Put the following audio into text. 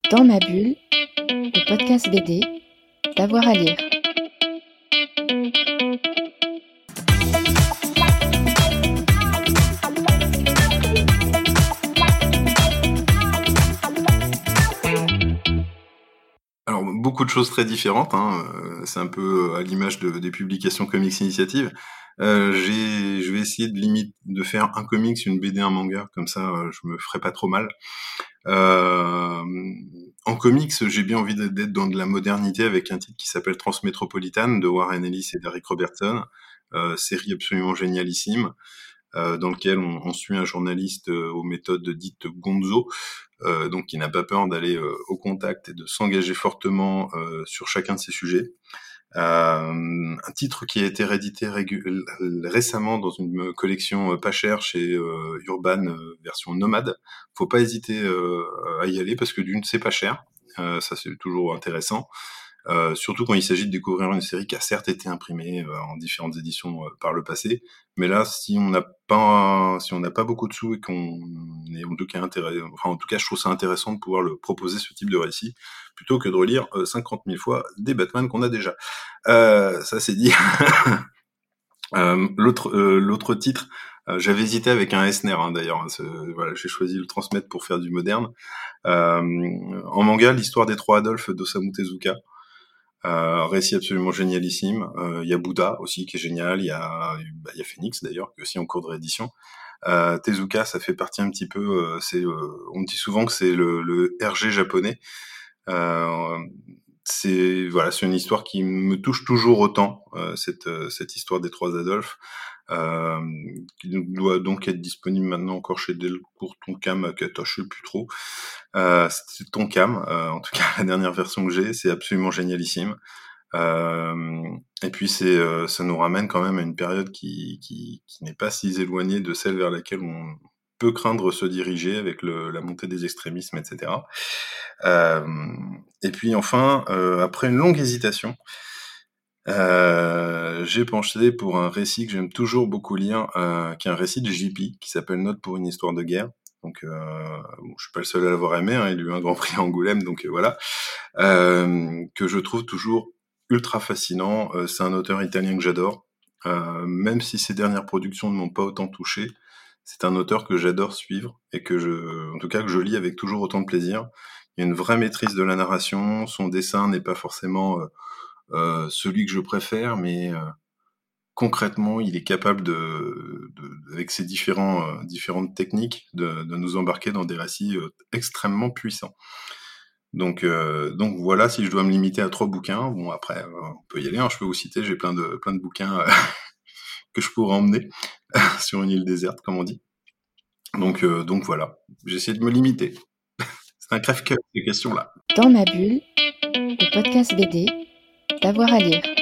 Dans ma bulle, le podcast BD, d'avoir à lire. Alors, beaucoup de choses très différentes, c'est un peu à l'image des publications Comics Initiative. Je vais essayer de faire un comics, une BD, un manga, comme ça je me ferai pas trop mal. En comics, j'ai bien envie d'être dans de la modernité avec un titre qui s'appelle Transmétropolitan de Warren Ellis et d'Eric Robertson, série absolument génialissime, dans lequel on suit un journaliste aux méthodes dites Gonzo, donc qui n'a pas peur d'aller au contact et de s'engager fortement sur chacun de ces sujets. Un titre qui a été réédité récemment dans une collection pas chère chez Urban, version nomade. Faut pas hésiter à y aller parce que d'une, c'est pas cher. Ça, c'est toujours intéressant. Surtout quand il s'agit de découvrir une série qui a certes été imprimée en différentes éditions par le passé, mais là, si on n'a pas beaucoup de sous et qu'on est en tout cas je trouve ça intéressant de pouvoir le proposer ce type de récit plutôt que de relire 50 000 fois des Batman qu'on a déjà. Ça c'est dit. L'autre titre, j'avais hésité avec un Eisner d'ailleurs. Voilà, j'ai choisi le transmettre pour faire du moderne. En manga, l'histoire des trois Adolphes d'Osamu Tezuka. Récit absolument génialissime. Il y a Bouddha aussi qui est génial. Il y a Phoenix d'ailleurs qui est aussi en cours de réédition. Tezuka, ça fait partie un petit peu. On dit souvent que c'est le RG japonais. C'est une histoire qui me touche toujours autant, cette histoire des trois Adolphes, qui doit donc être disponible maintenant encore chez Delcourt Tonkam, Akata, je sais plus trop. C'est Tonkam, en tout cas la dernière version que j'ai, c'est absolument génialissime. Et puis ça nous ramène quand même à une période qui n'est pas si éloignée de celle vers laquelle on peut craindre se diriger avec la montée des extrémismes, etc. Et puis enfin, après une longue hésitation, j'ai penché pour un récit que j'aime toujours beaucoup lire, qui est un récit de JP, qui s'appelle Note pour une histoire de guerre. Donc, je suis pas le seul à l'avoir aimé, il a eu un grand prix à Angoulême, donc voilà. Que je trouve toujours ultra fascinant. C'est un auteur italien que j'adore. Même si ses dernières productions ne m'ont pas autant touché, c'est un auteur que j'adore suivre et que je lis avec toujours autant de plaisir. Il y a une vraie maîtrise de la narration. Son dessin n'est pas forcément celui que je préfère, mais concrètement, il est capable avec ses différentes techniques, de nous embarquer dans des récits extrêmement puissants. Donc voilà, si je dois me limiter à 3 bouquins, bon après, on peut y aller, je peux vous citer, j'ai plein de bouquins que je pourrais emmener sur une île déserte, comme on dit. Donc voilà, j'essaie de me limiter. C'est un crève-cœur, ces questions-là. Dans ma bulle, le podcast BD, d'avoir à lire.